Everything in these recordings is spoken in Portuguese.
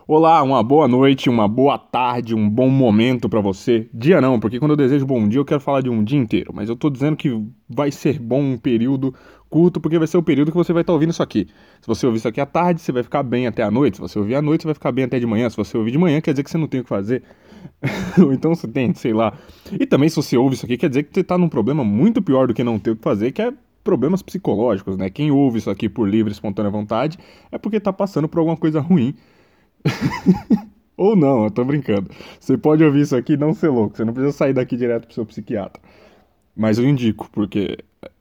Olá, uma boa noite, uma boa tarde, um bom momento pra você. Dia não, porque quando eu desejo bom dia eu quero falar de um dia inteiro, mas eu tô dizendo que vai ser bom um período curto, porque vai ser o período que você vai estar ouvindo isso aqui. Se você ouvir isso aqui à tarde, você vai ficar bem até a noite. Se você ouvir à noite, você vai ficar bem até de manhã. Se você ouvir de manhã, quer dizer que você não tem o que fazer. Ou então você tem, sei lá. E também se você ouve isso aqui, quer dizer que você tá num problema muito pior do que não ter o que fazer, que é problemas psicológicos, né? Quem ouve isso aqui por livre e espontânea vontade é porque tá passando por alguma coisa ruim. Ou não, eu tô brincando. Você pode ouvir isso aqui e não ser louco. Você não precisa sair daqui direto pro seu psiquiatra. Mas eu indico, porque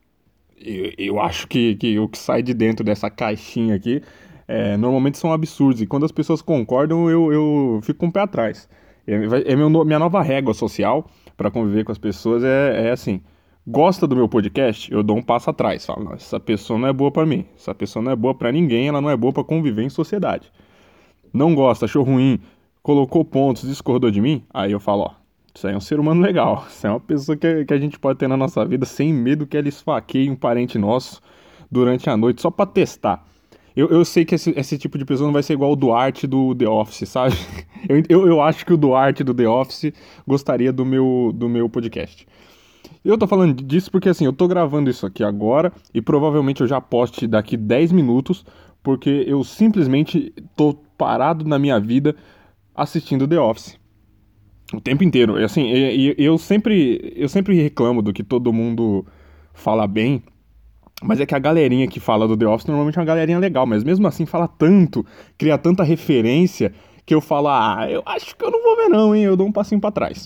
eu acho que o que sai de dentro dessa caixinha aqui normalmente são absurdos. E quando as pessoas concordam, eu fico com o pé atrás. Minha nova régua social para conviver com as pessoas é assim. Gosta do meu podcast? Eu dou um passo atrás. Falo, não, essa pessoa não é boa pra mim. Essa pessoa não é boa pra ninguém. Ela não é boa pra conviver em sociedade. Não gosta, achou ruim, colocou pontos, discordou de mim, aí eu falo, ó, isso aí é um ser humano legal, isso é uma pessoa que a gente pode ter na nossa vida sem medo que ela esfaqueie um parente nosso durante a noite, só pra testar. Eu sei que esse tipo de pessoa não vai ser igual o Duarte do The Office, sabe? Eu acho que o Duarte do The Office gostaria do meu podcast. Eu tô falando disso porque assim, eu tô gravando isso aqui agora e provavelmente eu já poste daqui 10 minutos, porque eu simplesmente tô parado na minha vida assistindo The Office. O tempo inteiro. E assim, eu sempre reclamo do que todo mundo fala bem, mas é que a galerinha que fala do The Office normalmente é uma galerinha legal, mas mesmo assim fala tanto, cria tanta referência, que eu falo, eu acho que eu não vou ver não, hein, eu dou um passinho pra trás.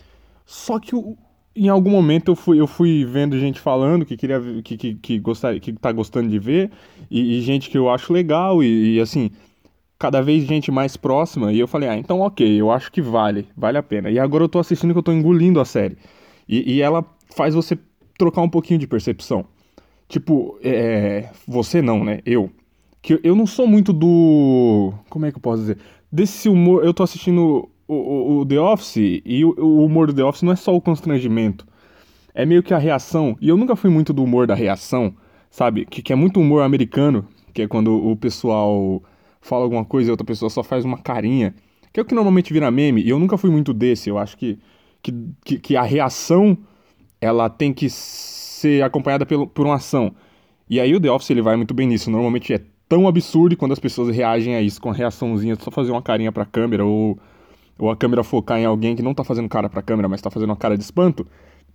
Só que em algum momento eu fui vendo gente falando que queria que gostaria, que tá gostando de ver, e gente que eu acho legal, e assim, cada vez gente mais próxima, e eu falei, então ok, eu acho que vale a pena. E agora eu tô assistindo que eu tô engolindo a série. E ela faz você trocar um pouquinho de percepção. Tipo, você não, né? Que eu não sou muito do. Como é que eu posso dizer? Desse humor. Eu tô assistindo o The Office e o humor do The Office não é só o constrangimento. É meio que a reação. E eu nunca fui muito do humor da reação, sabe? Que é muito humor americano, que é quando o pessoal fala alguma coisa e a outra pessoa só faz uma carinha. Que é o que normalmente vira meme. E eu nunca fui muito desse. Eu acho que a reação ela tem que ser acompanhada por uma ação. E aí o The Office ele vai muito bem nisso. Normalmente é tão absurdo quando as pessoas reagem a isso com a reaçãozinha, só fazer uma carinha pra câmera ou a câmera focar em alguém que não tá fazendo cara pra câmera, mas tá fazendo uma cara de espanto.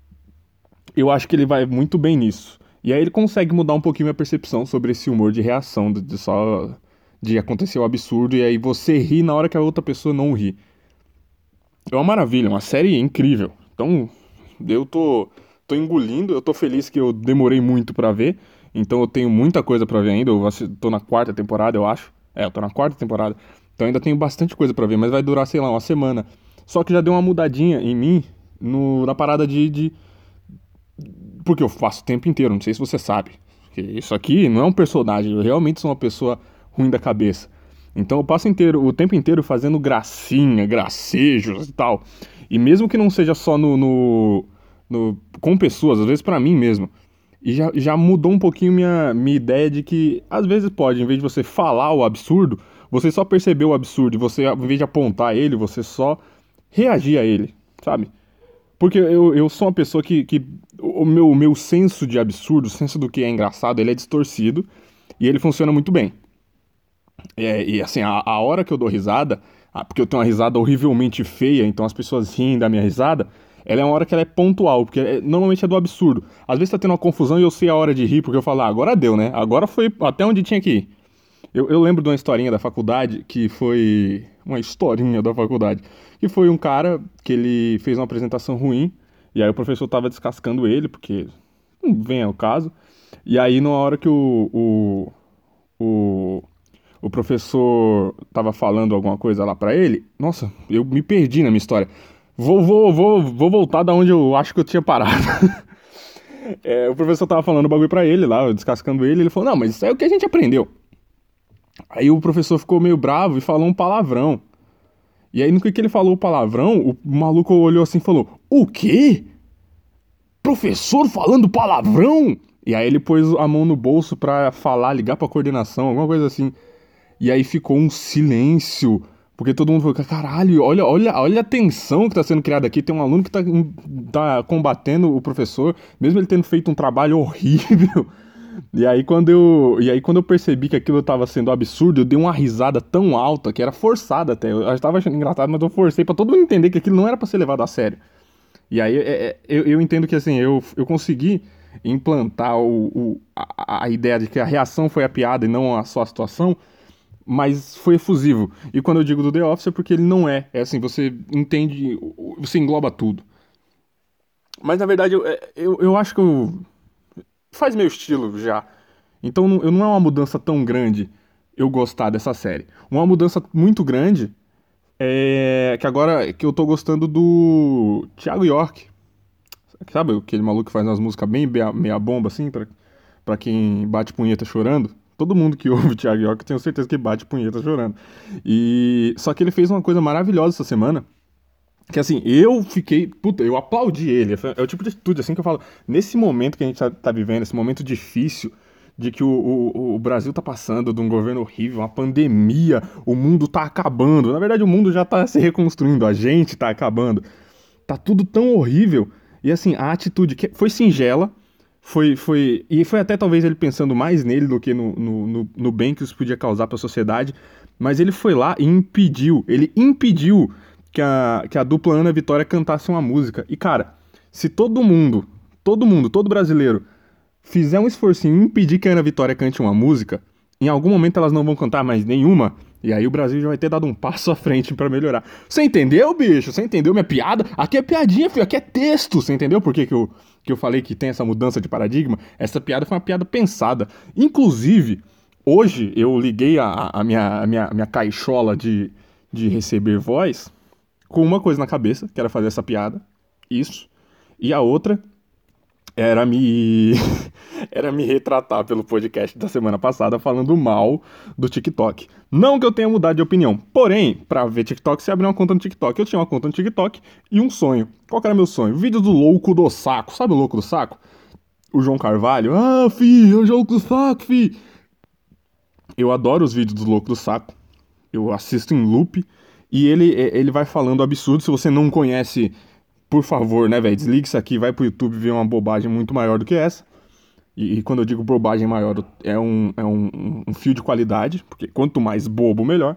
Eu acho que ele vai muito bem nisso. E aí ele consegue mudar um pouquinho a percepção sobre esse humor de reação, de só de acontecer o absurdo e aí você ri na hora que a outra pessoa não ri. É uma maravilha, uma série incrível. Então, eu tô engolindo, eu tô feliz que eu demorei muito pra ver, então eu tenho muita coisa pra ver ainda, tô na quarta temporada, eu acho. Eu tô na quarta temporada, então ainda tenho bastante coisa pra ver, mas vai durar, sei lá, uma semana. Só que já deu uma mudadinha em mim na parada porque eu faço o tempo inteiro, não sei se você sabe. Que isso aqui não é um personagem, eu realmente sou uma pessoa ruim da cabeça. Então eu passo o tempo inteiro fazendo gracinha, gracejos e tal. E mesmo que não seja só com pessoas, às vezes pra mim mesmo. E já mudou um pouquinho minha ideia de que, às vezes pode, em vez de você falar o absurdo, você só perceber o absurdo, e você, em vez de apontar ele, você só reagir a ele, sabe? Porque eu sou uma pessoa que o meu senso de absurdo, o senso do que é engraçado, ele é distorcido e ele funciona muito bem. E assim, a hora que eu dou risada, porque eu tenho uma risada horrivelmente feia, então as pessoas riem da minha risada, ela é uma hora que ela é pontual, porque normalmente é do absurdo. Às vezes tá tendo uma confusão e eu sei a hora de rir, porque eu falo, agora deu, né? Agora foi até onde tinha que ir. Eu lembro de uma historinha da faculdade, que foi uma historinha da faculdade, que foi um cara que ele fez uma apresentação ruim, e aí o professor tava descascando ele, porque não vem ao caso, e aí na hora que o, o professor tava falando alguma coisa lá pra ele, nossa, eu me perdi na minha história. Vou voltar da onde eu acho que eu tinha parado. O professor tava falando o bagulho pra ele lá, descascando ele falou, não, mas isso é o que a gente aprendeu. Aí o professor ficou meio bravo e falou um palavrão. E aí no que ele falou o palavrão, o maluco olhou assim e falou, o quê? Professor falando palavrão? E aí ele pôs a mão no bolso pra falar, ligar pra coordenação, alguma coisa assim. E aí ficou um silêncio Porque todo mundo falou, caralho, olha a tensão que tá sendo criada aqui. Tem um aluno que tá combatendo o professor, mesmo ele tendo feito um trabalho horrível. E aí quando eu percebi que aquilo tava sendo absurdo, eu dei uma risada tão alta que era forçada até. Eu tava achando engraçado, mas eu forcei pra todo mundo entender que aquilo não era pra ser levado a sério. E aí eu entendo que assim, eu consegui implantar a ideia de que a reação foi a piada e não só a situação, mas foi efusivo. E quando eu digo do The Office é porque ele não é. É assim, você entende, você engloba tudo. Mas na verdade eu acho que faz meu estilo já. Então não é uma mudança tão grande eu gostar dessa série. Uma mudança muito grande é que agora que eu tô gostando do Thiago York. Sabe aquele maluco que faz umas músicas bem meia bomba assim, pra quem bate punheta chorando? Todo mundo que ouve o Thiago York, eu tenho certeza que bate punheta chorando. Só que ele fez uma coisa maravilhosa essa semana. Que assim, eu fiquei. Puta, eu aplaudi ele. É o tipo de atitude assim que eu falo. Nesse momento que a gente tá vivendo, esse momento difícil, de que o Brasil tá passando de um governo horrível, uma pandemia, o mundo tá acabando. Na verdade, o mundo já tá se reconstruindo, a gente tá acabando. Tá tudo tão horrível. E assim, a atitude que foi singela, e foi até talvez ele pensando mais nele do que no bem que isso podia causar para a sociedade, mas ele foi lá e ele impediu que a dupla Ana Vitória cantasse uma música. E cara, se todo brasileiro fizer um esforcinho em impedir que a Ana Vitória cante uma música, em algum momento elas não vão cantar mais nenhuma, e aí o Brasil já vai ter dado um passo à frente pra melhorar. Você entendeu, bicho? Você entendeu minha piada? Aqui é piadinha, filho, aqui é texto. Você entendeu por que eu falei que tem essa mudança de paradigma? Essa piada foi uma piada pensada. Inclusive, hoje eu liguei a minha caixola de receber voz com uma coisa na cabeça, que era fazer essa piada. Isso. E a outra era me era me retratar pelo podcast da semana passada falando mal do TikTok. Não que eu tenha mudado de opinião, porém, pra ver TikTok, você abre uma conta no TikTok. Eu tinha uma conta no TikTok e um sonho. Qual que era meu sonho? Vídeo do Louco do Saco. Sabe o Louco do Saco? O João Carvalho. Ah, fi, é o Louco do Saco, fi. Eu adoro os vídeos do Louco do Saco. Eu assisto em loop. E ele vai falando absurdo. Se você não conhece, por favor, né, velho? Desliga isso aqui, vai pro YouTube ver uma bobagem muito maior do que essa. E quando eu digo bobagem maior, é um fio de qualidade, porque quanto mais bobo, melhor.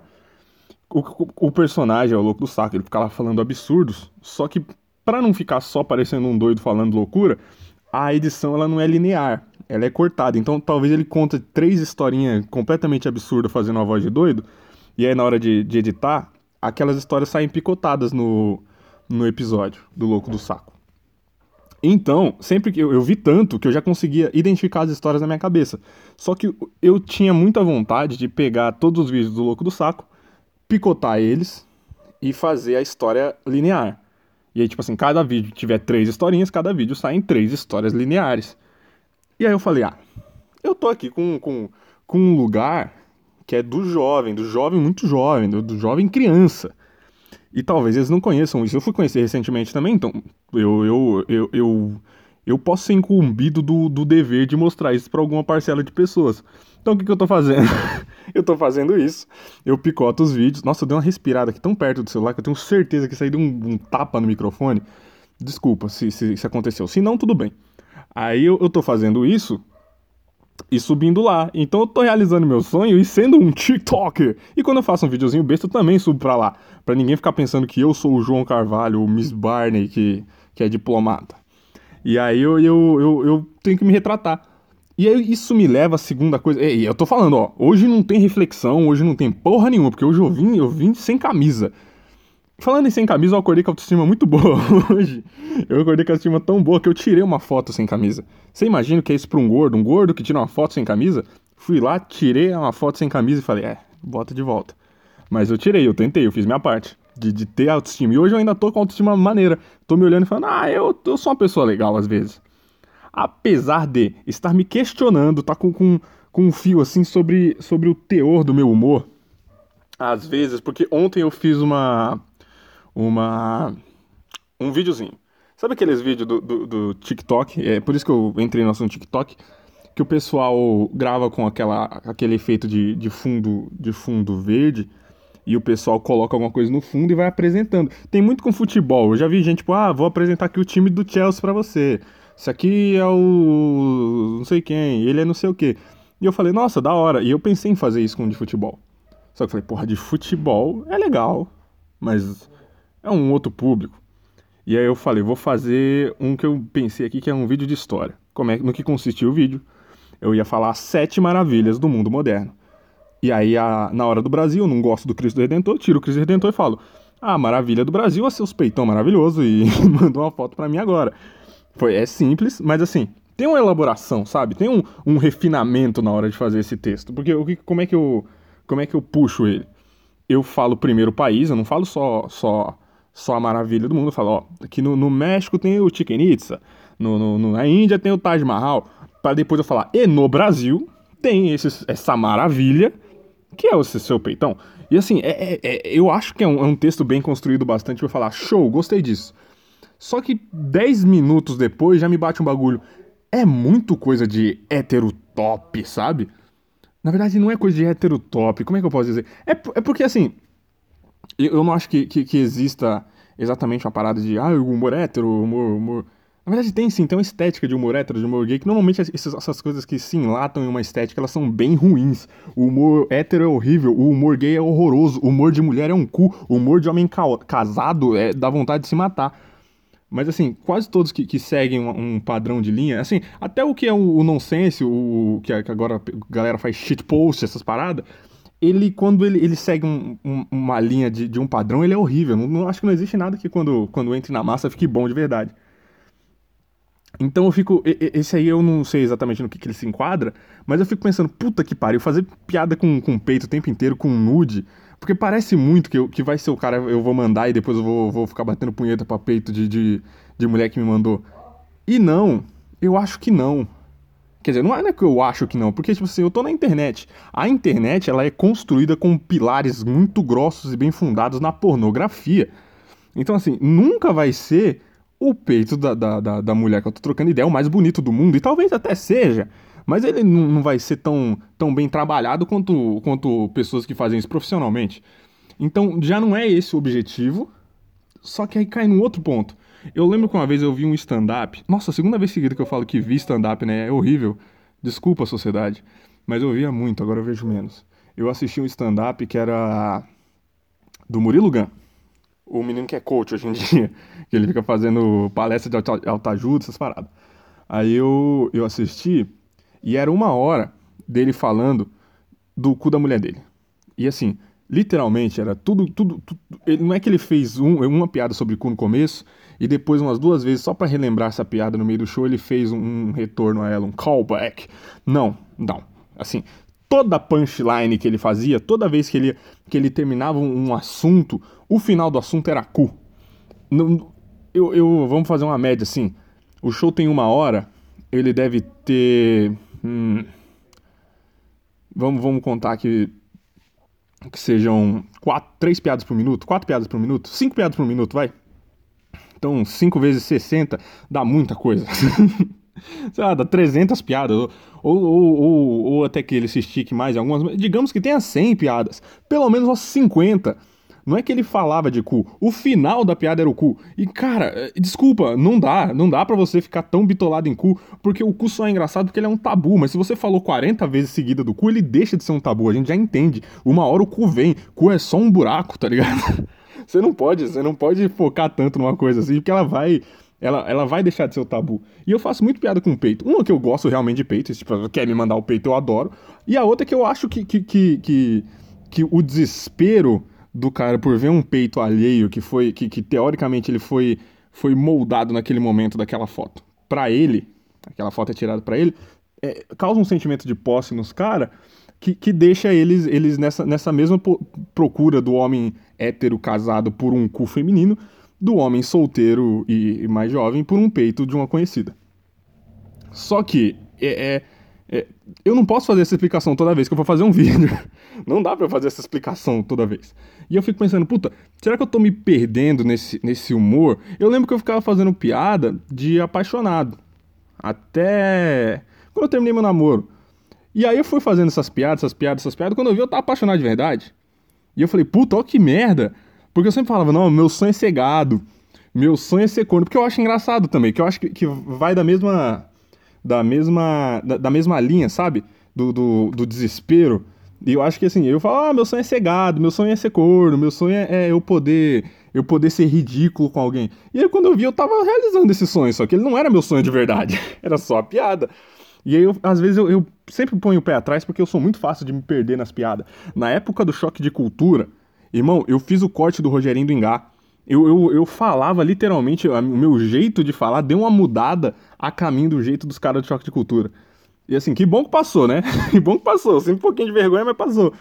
O personagem é o Louco do Saco, ele fica lá falando absurdos, só que pra não ficar só parecendo um doido falando loucura, a edição ela não é linear, ela é cortada. Então talvez ele conte 3 historinhas completamente absurdas fazendo uma voz de doido, e aí na hora de editar, aquelas histórias saem picotadas no episódio do Louco do Saco. Então, sempre que eu vi tanto que eu já conseguia identificar as histórias na minha cabeça. Só que eu tinha muita vontade de pegar todos os vídeos do Louco do Saco, picotar eles e fazer a história linear. E aí, tipo assim, cada vídeo tiver 3 historinhas, cada vídeo sai em 3 histórias lineares. E aí eu falei, eu tô aqui com um lugar que é do jovem muito jovem, do jovem criança. E talvez eles não conheçam isso. Eu fui conhecer recentemente também, então eu posso ser incumbido do dever de mostrar isso para alguma parcela de pessoas. Então o que eu tô fazendo? Eu tô fazendo isso. Eu picoto os vídeos. Nossa, eu dei uma respirada aqui tão perto do celular que eu tenho certeza que isso aí deu um tapa no microfone. Desculpa se aconteceu. Se não, tudo bem. Aí eu tô fazendo isso e subindo lá. Então eu tô realizando meu sonho e sendo um TikToker. E quando eu faço um videozinho besta, eu também subo pra lá. Pra ninguém ficar pensando que eu sou o João Carvalho, o Miss Barney, que é diplomata. E aí eu tenho que me retratar. E aí isso me leva à segunda coisa. E eu tô falando, hoje não tem reflexão, hoje não tem porra nenhuma, porque hoje eu vim sem camisa. Falando em sem camisa, eu acordei com a autoestima muito boa hoje. Eu acordei com a autoestima tão boa que eu tirei uma foto sem camisa. Você imagina o que é isso pra um gordo que tira uma foto sem camisa? Fui lá, tirei uma foto sem camisa e falei, bota de volta. Mas eu tirei, eu tentei, eu fiz minha parte de ter autoestima. E hoje eu ainda tô com autoestima maneira. Tô me olhando e falando, eu sou uma pessoa legal às vezes. Apesar de estar me questionando, tá com um fio assim sobre o teor do meu humor. Às vezes, porque ontem eu fiz um videozinho. Sabe aqueles vídeos do TikTok? É por isso que eu entrei no assunto TikTok. Que o pessoal grava com aquele efeito de fundo verde. e o pessoal coloca alguma coisa no fundo e vai apresentando. Tem muito com futebol. Eu já vi gente, tipo, vou apresentar aqui o time do Chelsea pra você. Esse aqui é o não sei quem, ele é não sei o quê. E eu falei, nossa, da hora. E eu pensei em fazer isso com o de futebol. Só que eu falei, porra, de futebol é legal, mas é um outro público. E aí eu falei, vou fazer um que eu pensei aqui que é um vídeo de história. No que consistia o vídeo? Eu ia falar as 7 maravilhas do mundo moderno. E aí, na hora do Brasil, eu não gosto do Cristo Redentor, tiro o Cristo Redentor e falo, maravilha do Brasil é seus peitão maravilhoso e mandou uma foto pra mim agora. É simples, mas assim, tem uma elaboração, sabe? Tem um refinamento na hora de fazer esse texto. Porque como é que eu puxo ele? Eu falo primeiro o país, eu não falo só a maravilha do mundo. Eu falo, aqui no México tem o Chichen Itza, na Índia tem o Taj Mahal, para depois eu falar, e no Brasil tem essa maravilha, que é o seu peitão. E assim, eu acho que é um texto bem construído bastante pra falar, show, gostei disso. Só que 10 minutos depois já me bate um bagulho. É muito coisa de hétero top, sabe? Na verdade, não é coisa de hétero top. Como é que eu posso dizer? É porque, assim, eu não acho que exista exatamente uma parada de o humor hétero, humor. Na verdade, tem uma estética de humor hétero, de humor gay, que normalmente essas coisas que se enlatam em uma estética, elas são bem ruins. O humor hétero é horrível, o humor gay é horroroso, o humor de mulher é um cu, o humor de homem casado dá vontade de se matar. Mas assim, quase todos que seguem um padrão de linha, assim, até o que é o nonsense, que agora a galera faz shitpost, essas paradas, quando ele segue uma linha de um padrão, ele é horrível. Não acho que não existe nada que quando entre na massa fique bom de verdade. Então eu fico. Esse aí eu não sei exatamente no que ele se enquadra, mas eu fico pensando, puta que pariu, fazer piada com peito o tempo inteiro, com nude. Porque parece muito que vai ser o cara, eu vou mandar e depois eu vou ficar batendo punheta pra peito de mulher que me mandou. E não, eu acho que não. Quer dizer, não é que eu acho que não, porque, tipo assim, eu tô na internet. A internet, ela é construída com pilares muito grossos e bem fundados na pornografia. Então, assim, nunca vai ser o peito da mulher que eu tô trocando ideia o mais bonito do mundo, e talvez até seja, mas ele não vai ser tão bem trabalhado quanto pessoas que fazem isso profissionalmente. Então, já não é esse o objetivo, só que aí cai num outro ponto. Eu lembro que uma vez eu vi um stand-up. Nossa, a segunda vez seguida que eu falo que vi stand-up, né? É horrível. Desculpa, sociedade. Mas eu via muito, agora eu vejo menos. Eu assisti um stand-up que era do Murilo Gun. O menino que é coach hoje em dia. Que ele fica fazendo palestra de autoajuda, essas paradas. Aí eu assisti e era 1 hora dele falando do cu da mulher dele. E assim, literalmente era tudo. Ele, não é que ele fez uma piada sobre cu no começo e depois umas 2 vezes, só pra relembrar essa piada no meio do show, ele fez um retorno a ela, um callback. Não. Assim, toda punchline que ele fazia, toda vez que ele terminava um assunto, o final do assunto era cu. Vamos fazer uma média assim. O show tem 1 hora, ele deve ter. Vamos contar que sejam 3 piadas por minuto, 4 piadas por minuto, 5 piadas por minuto, vai. Então, 5 vezes 60 dá muita coisa. Sei lá, dá 300 piadas, ou até que ele se estique mais em algumas. Digamos que tenha 100 piadas, pelo menos umas 50. Não é que ele falava de cu, o final da piada era o cu. E cara, desculpa, não dá pra você ficar tão bitolado em cu, porque o cu só é engraçado porque ele é um tabu, mas se você falou 40 vezes seguida do cu, ele deixa de ser um tabu, a gente já entende. 1 hora o cu vem, cu é só um buraco, tá ligado? Você não pode focar tanto numa coisa assim, porque ela vai deixar de ser o tabu. E eu faço muito piada com o peito. Uma que eu gosto realmente de peito, tipo, quer me mandar o peito, eu adoro. E a outra que eu acho que o desespero do cara por ver um peito alheio que teoricamente ele foi moldado naquele momento daquela foto. Pra ele, aquela foto é tirada pra ele, causa um sentimento de posse nos caras que deixa eles nessa mesma procura do homem hétero casado por um cu feminino, do homem solteiro e mais jovem por um peito de uma conhecida. Só que eu não posso fazer essa explicação toda vez que eu vou fazer um vídeo. Não dá pra eu fazer essa explicação toda vez. E eu fico pensando, puta, será que eu tô me perdendo nesse humor? Eu lembro que eu ficava fazendo piada de apaixonado. Até quando eu terminei meu namoro. E aí eu fui fazendo essas piadas. Quando eu vi, eu tava apaixonado de verdade. E eu falei, puta, ó que merda. Porque eu sempre falava, não, meu sonho é ser gado. Meu sonho é ser corno. Porque eu acho engraçado também, que eu acho que vai da mesma linha, sabe? Do desespero. E eu acho que assim, eu falo, meu sonho é ser gado, meu sonho é ser corno, meu sonho é eu poder ser ridículo com alguém. E aí quando eu vi, eu tava realizando esse sonho, só que ele não era meu sonho de verdade, era só a piada. E aí, às vezes, eu sempre ponho o pé atrás porque eu sou muito fácil de me perder nas piadas. Na época do choque de cultura, irmão, eu fiz o corte do Rogerinho do Engá. Eu falava literalmente, o meu jeito de falar deu uma mudada a caminho do jeito dos caras do choque de cultura. E assim, que bom que passou, né? Que bom que passou. Sempre um pouquinho de vergonha, mas passou.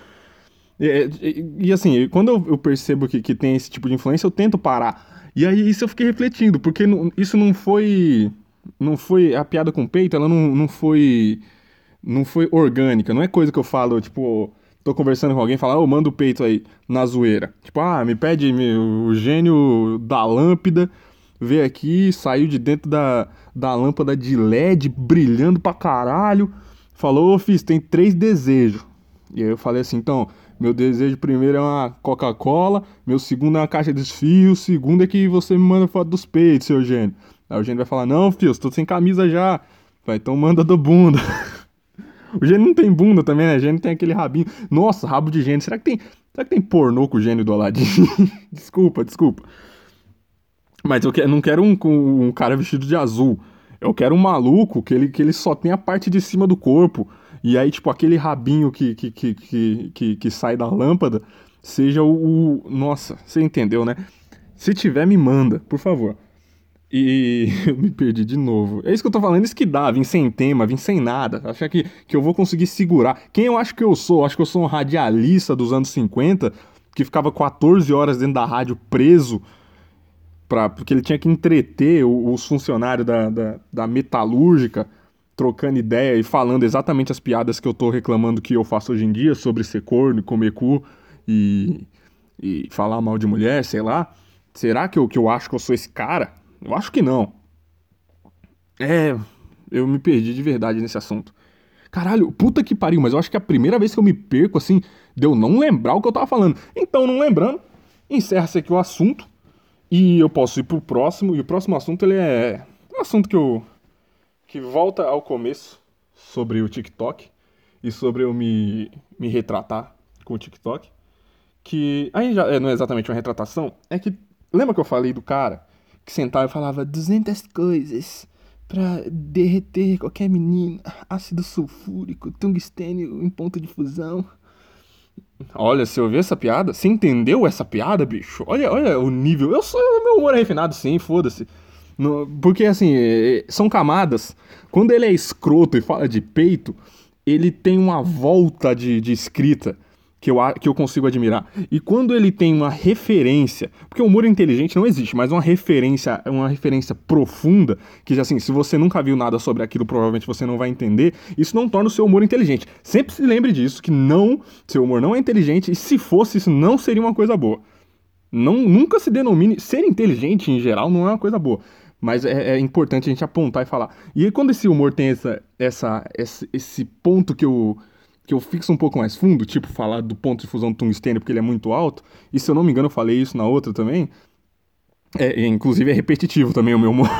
Assim, quando eu percebo que tem esse tipo de influência, eu tento parar. E aí isso eu fiquei refletindo, porque isso não foi. Não foi. A piada com o peito, ela não foi. Não foi orgânica. Não é coisa que eu falo, tipo, tô conversando com alguém e falo, manda o peito aí, na zoeira. Tipo, me pede o gênio da lâmpada, veio aqui, saiu de dentro da lâmpada de LED, brilhando pra caralho. Falou, fiz, tem 3 desejos. E aí eu falei assim, então, meu desejo primeiro é uma Coca-Cola, meu segundo é uma caixa de fio, o segundo é que você me manda foto dos peitos, seu gênio. Aí o gênio vai falar, não, filho, tô sem camisa já. Vai, então manda do bunda. O gênio não tem bunda também, né? O gênio tem aquele rabinho. Nossa, rabo de gênio. Será que tem pornô com o gênio do Aladdin? Desculpa. Mas eu não quero um cara vestido de azul. Eu quero um maluco que ele só tem a parte de cima do corpo. E aí, tipo, aquele rabinho que sai da lâmpada seja Nossa, você entendeu, né? Se tiver, me manda, por favor. E eu me perdi de novo. É isso que eu tô falando, isso que dá, vim sem tema, vim sem nada. Achar que eu vou conseguir segurar. Quem eu acho que eu sou? Acho que eu sou um radialista dos anos 50, que ficava 14 horas dentro da rádio preso, porque ele tinha que entreter os funcionários da metalúrgica, trocando ideia e falando exatamente as piadas que eu tô reclamando que eu faço hoje em dia, sobre ser corno, comer cu e, e falar mal de mulher, sei lá. Será que eu acho que eu sou esse cara? Eu acho que não. Eu me perdi de verdade nesse assunto. Caralho, puta que pariu, mas eu acho que é a primeira vez que eu me perco, assim, de eu não lembrar o que eu tava falando. Então, não lembrando, encerra-se aqui o assunto e eu posso ir pro próximo. E o próximo assunto, ele é um assunto que volta ao começo, sobre o TikTok e sobre eu me retratar com o TikTok. Que aí já não é exatamente uma retratação, é que lembra que eu falei do cara que sentava e falava 200 coisas pra derreter qualquer menina, ácido sulfúrico, tungstênio em ponto de fusão. Olha, você ouviu essa piada? Você entendeu essa piada, bicho? Olha o nível. Meu humor é refinado, sim, foda-se. Porque, assim, são camadas. Quando ele é escroto e fala de peito, ele tem uma volta de escrita que eu consigo admirar. E quando ele tem uma referência, porque o humor inteligente não existe, mas uma referência profunda, que assim, se você nunca viu nada sobre aquilo, provavelmente você não vai entender, isso não torna o seu humor inteligente. Sempre se lembre disso, que seu humor não é inteligente, e se fosse, isso não seria uma coisa boa. Nunca se denomine. Ser inteligente em geral não é uma coisa boa. Mas é importante a gente apontar e falar. E aí, quando esse humor tem esse ponto que eu fixo um pouco mais fundo, tipo falar do ponto de fusão do tungstênio porque ele é muito alto, e se eu não me engano eu falei isso na outra também, inclusive é repetitivo também o meu humor.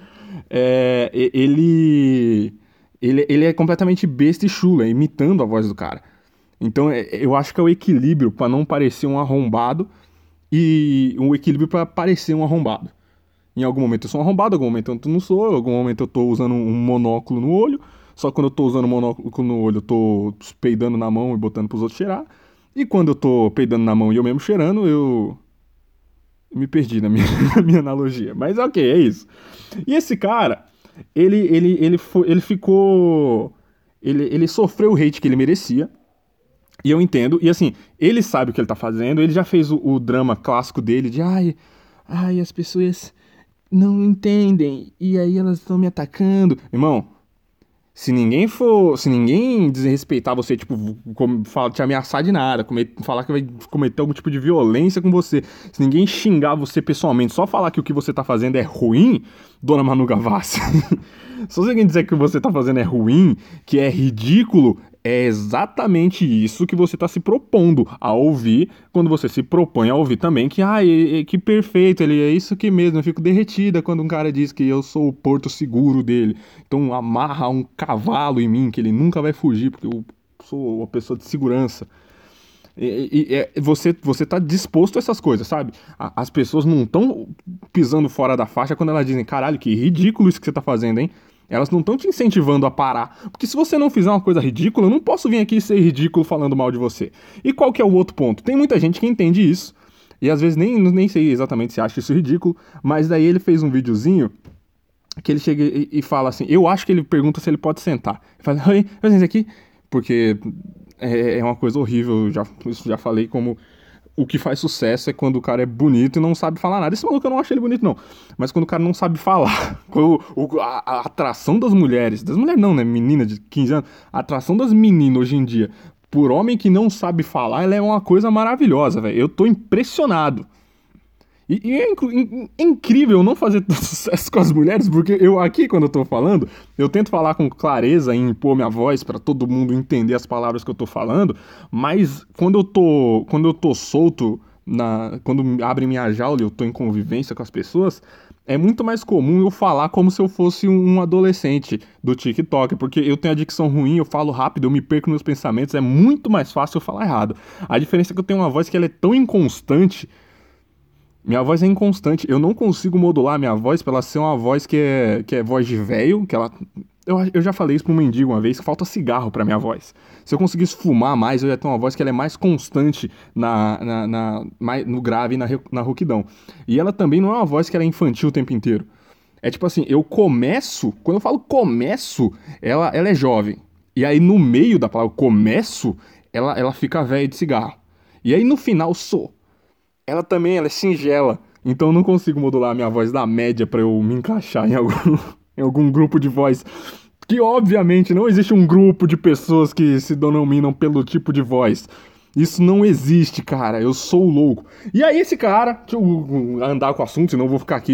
Ele é completamente besta e chula, imitando a voz do cara. Então eu acho que é o equilíbrio para não parecer um arrombado e um equilíbrio para parecer um arrombado. Em algum momento eu sou um arrombado, em algum momento eu não sou, em algum momento eu tô usando um monóculo no olho, só que quando eu tô usando um monóculo no olho eu tô peidando na mão e botando pros outros cheirar, e quando eu tô peidando na mão e eu mesmo cheirando, eu me perdi na minha, na minha analogia. Mas ok, é isso. E esse cara, ele ficou... Ele sofreu o hate que ele merecia, e eu entendo, e assim, ele sabe o que ele tá fazendo, ele já fez o drama clássico dele de ai, as pessoas não entendem, e aí elas estão me atacando. Irmão, se ninguém desrespeitar você, tipo, te ameaçar de nada, falar que vai cometer algum tipo de violência com você, se ninguém xingar você pessoalmente, só falar que o que você tá fazendo é ruim, dona Manu Gavassi, Se você quer dizer que o que você tá fazendo é ruim, que é ridículo, é exatamente isso que você tá se propondo a ouvir, quando você se propõe a ouvir também que, que perfeito, ele é isso aqui mesmo, eu fico derretida quando um cara diz que eu sou o porto seguro dele. Então amarra um cavalo em mim, que ele nunca vai fugir, porque eu sou uma pessoa de segurança. Você tá disposto a essas coisas, sabe? As pessoas não estão pisando fora da faixa quando elas dizem, caralho, que ridículo isso que você tá fazendo, hein? Elas não estão te incentivando a parar. Porque se você não fizer uma coisa ridícula, eu não posso vir aqui ser ridículo falando mal de você. E qual que é o outro ponto? Tem muita gente que entende isso. E às vezes nem sei exatamente se acha isso ridículo, mas daí ele fez um videozinho que ele chega e fala assim, eu acho que ele pergunta se ele pode sentar. Ele fala, oi, eu sento aqui, porque é uma coisa horrível, isso já falei, como o que faz sucesso é quando o cara é bonito e não sabe falar nada. Esse maluco eu não acho ele bonito, não. Mas quando o cara não sabe falar, a atração das mulheres não, né, menina de 15 anos, a atração das meninas hoje em dia por homem que não sabe falar, ela é uma coisa maravilhosa, velho. Eu tô impressionado. E é incrível não fazer sucesso com as mulheres, porque eu aqui, quando eu tô falando, eu tento falar com clareza e impor minha voz pra todo mundo entender as palavras que eu tô falando, mas quando eu tô solto, quando abre minha jaula e eu tô em convivência com as pessoas, é muito mais comum eu falar como se eu fosse um adolescente do TikTok, porque eu tenho a dicção ruim, eu falo rápido, eu me perco nos pensamentos, é muito mais fácil eu falar errado. A diferença é que eu tenho uma voz que ela é tão inconstante. Minha voz é inconstante, eu não consigo modular a minha voz pra ela ser uma voz que é voz de velho, que ela... Eu já falei isso pra um mendigo uma vez, que falta cigarro pra minha voz. Se eu conseguisse fumar mais, eu ia ter uma voz que ela é mais constante no grave e na rouquidão. E ela também não é uma voz que ela é infantil o tempo inteiro. É tipo assim, quando eu falo começo, ela é jovem. E aí no meio da palavra começo, ela fica velha de cigarro. E aí no final, ela é singela, então eu não consigo modular a minha voz da média pra eu me encaixar em algum, em algum grupo de voz. Que obviamente não existe um grupo de pessoas que se denominam pelo tipo de voz. Isso não existe, cara. Eu sou louco. E aí esse cara, deixa eu andar com o assunto, senão eu vou ficar aqui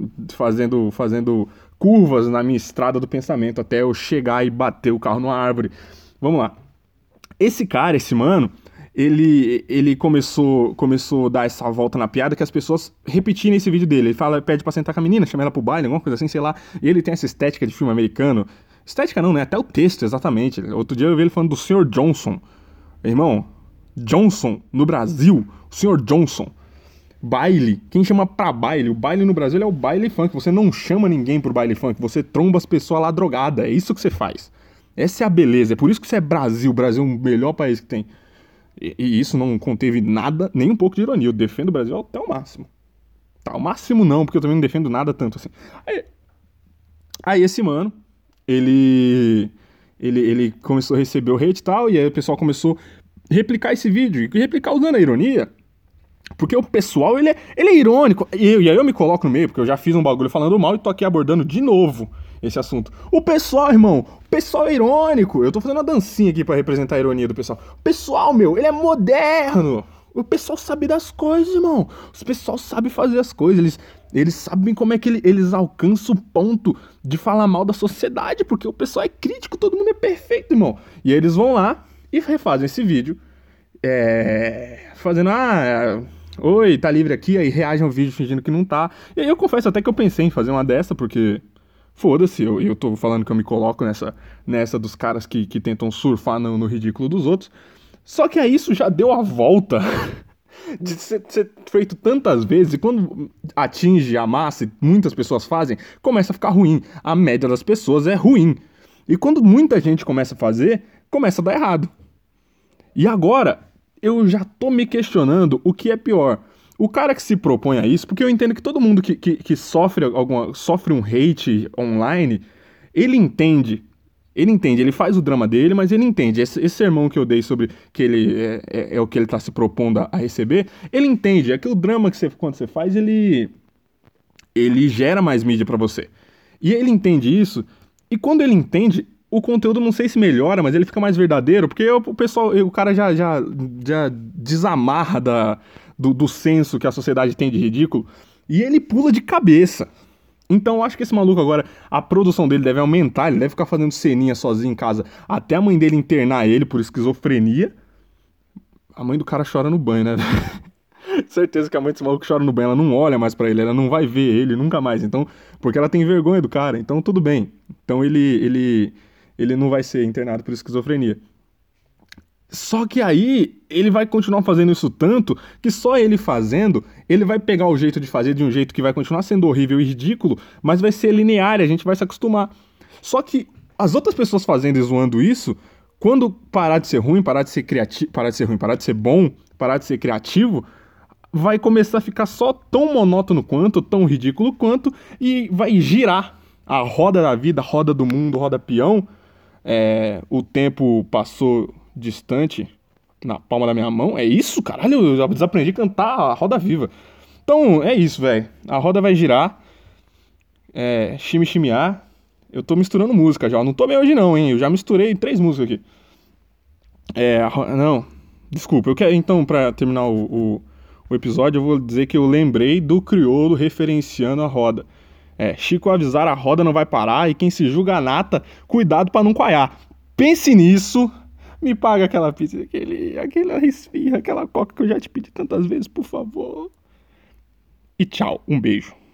fazendo curvas na minha estrada do pensamento até eu chegar e bater o carro numa árvore. Vamos lá. Esse cara, esse mano, ele começou a dar essa volta na piada que as pessoas repetirem esse vídeo dele. Ele pede pra sentar com a menina, chama ela pro baile, alguma coisa assim, sei lá. E ele tem essa estética de filme americano. Estética não, né? Até o texto, exatamente. Outro dia eu vi ele falando do Sr. Johnson. Irmão, Johnson no Brasil, o Sr. Johnson. Baile, quem chama pra baile? O baile no Brasil é o baile funk. Você não chama ninguém pro baile funk, você tromba as pessoas lá drogada. É isso que você faz. Essa é a beleza, é por isso que isso é Brasil. O Brasil é o melhor país que tem. E isso não conteve nada, nem um pouco de ironia. Eu defendo o Brasil até o máximo. Tá, o máximo não, porque eu também não defendo nada tanto assim. Aí esse mano, ele começou a receber o hate e tal, e aí o pessoal começou a replicar esse vídeo, e replicar usando a ironia. Porque o pessoal, ele é irônico. E aí eu me coloco no meio, porque eu já fiz um bagulho falando mal e tô aqui abordando de novo esse assunto. O pessoal, irmão, o pessoal é irônico. Eu tô fazendo uma dancinha aqui pra representar a ironia do pessoal. O pessoal, meu, ele é moderno. O pessoal sabe das coisas, irmão. O pessoal sabe fazer as coisas. Eles sabem como é que eles alcançam o ponto de falar mal da sociedade, porque o pessoal é crítico, todo mundo é perfeito, irmão. E aí eles vão lá e refazem esse vídeo, fazendo, oi, tá livre aqui, aí reagem ao vídeo fingindo que não tá. E aí eu confesso até que eu pensei em fazer uma dessa, porque foda-se, eu tô falando que eu me coloco nessa dos caras que tentam surfar no ridículo dos outros. Só que aí isso já deu a volta de ser feito tantas vezes, e quando atinge a massa e muitas pessoas fazem, começa a ficar ruim. A média das pessoas é ruim. E quando muita gente começa a fazer, começa a dar errado. E agora, eu já tô me questionando o que é pior. O cara que se propõe a isso, porque eu entendo que todo mundo que sofre um hate online, ele entende, ele faz o drama dele, mas ele entende. Esse sermão que eu dei sobre que ele é o que ele tá se propondo a receber, ele entende. É que o drama que quando você faz, ele gera mais mídia pra você. E ele entende isso, e quando ele entende, o conteúdo não sei se melhora, mas ele fica mais verdadeiro, porque o cara já desamarra do senso que a sociedade tem de ridículo, e ele pula de cabeça. Então eu acho que esse maluco agora, a produção dele deve aumentar, ele deve ficar fazendo ceninha sozinho em casa, até a mãe dele internar ele por esquizofrenia. A mãe do cara chora no banho, né? Certeza que a mãe desse maluco chora no banho, ela não olha mais pra ele, ela não vai ver ele nunca mais. Então, porque ela tem vergonha do cara, então tudo bem. Então ele não vai ser internado por esquizofrenia. Só que aí ele vai continuar fazendo isso tanto que só ele fazendo, ele vai pegar o jeito de fazer de um jeito que vai continuar sendo horrível e ridículo, mas vai ser linear e a gente vai se acostumar. Só que as outras pessoas fazendo e zoando isso, quando parar de ser ruim, parar de ser criativo, parar de ser ruim, parar de ser bom, parar de ser criativo, vai começar a ficar só tão monótono quanto, tão ridículo quanto, e vai girar a roda da vida, a roda do mundo, roda peão. O tempo passou distante na palma da minha mão. É isso, caralho, eu já desaprendi a cantar a roda viva. Então, é isso, velho. A roda vai girar, chimiar. Eu tô misturando música já. Eu não tô bem hoje não, hein? Eu já misturei 3 músicas aqui. Não, desculpa. Eu quero, então, pra terminar o episódio, eu vou dizer que eu lembrei do Criolo referenciando a roda. Chico avisar, a roda não vai parar e quem se julga nata, cuidado pra não coiar. Pense nisso, me paga aquela pizza, aquela esfirra, aquela coca que eu já te pedi tantas vezes, por favor. E tchau, um beijo.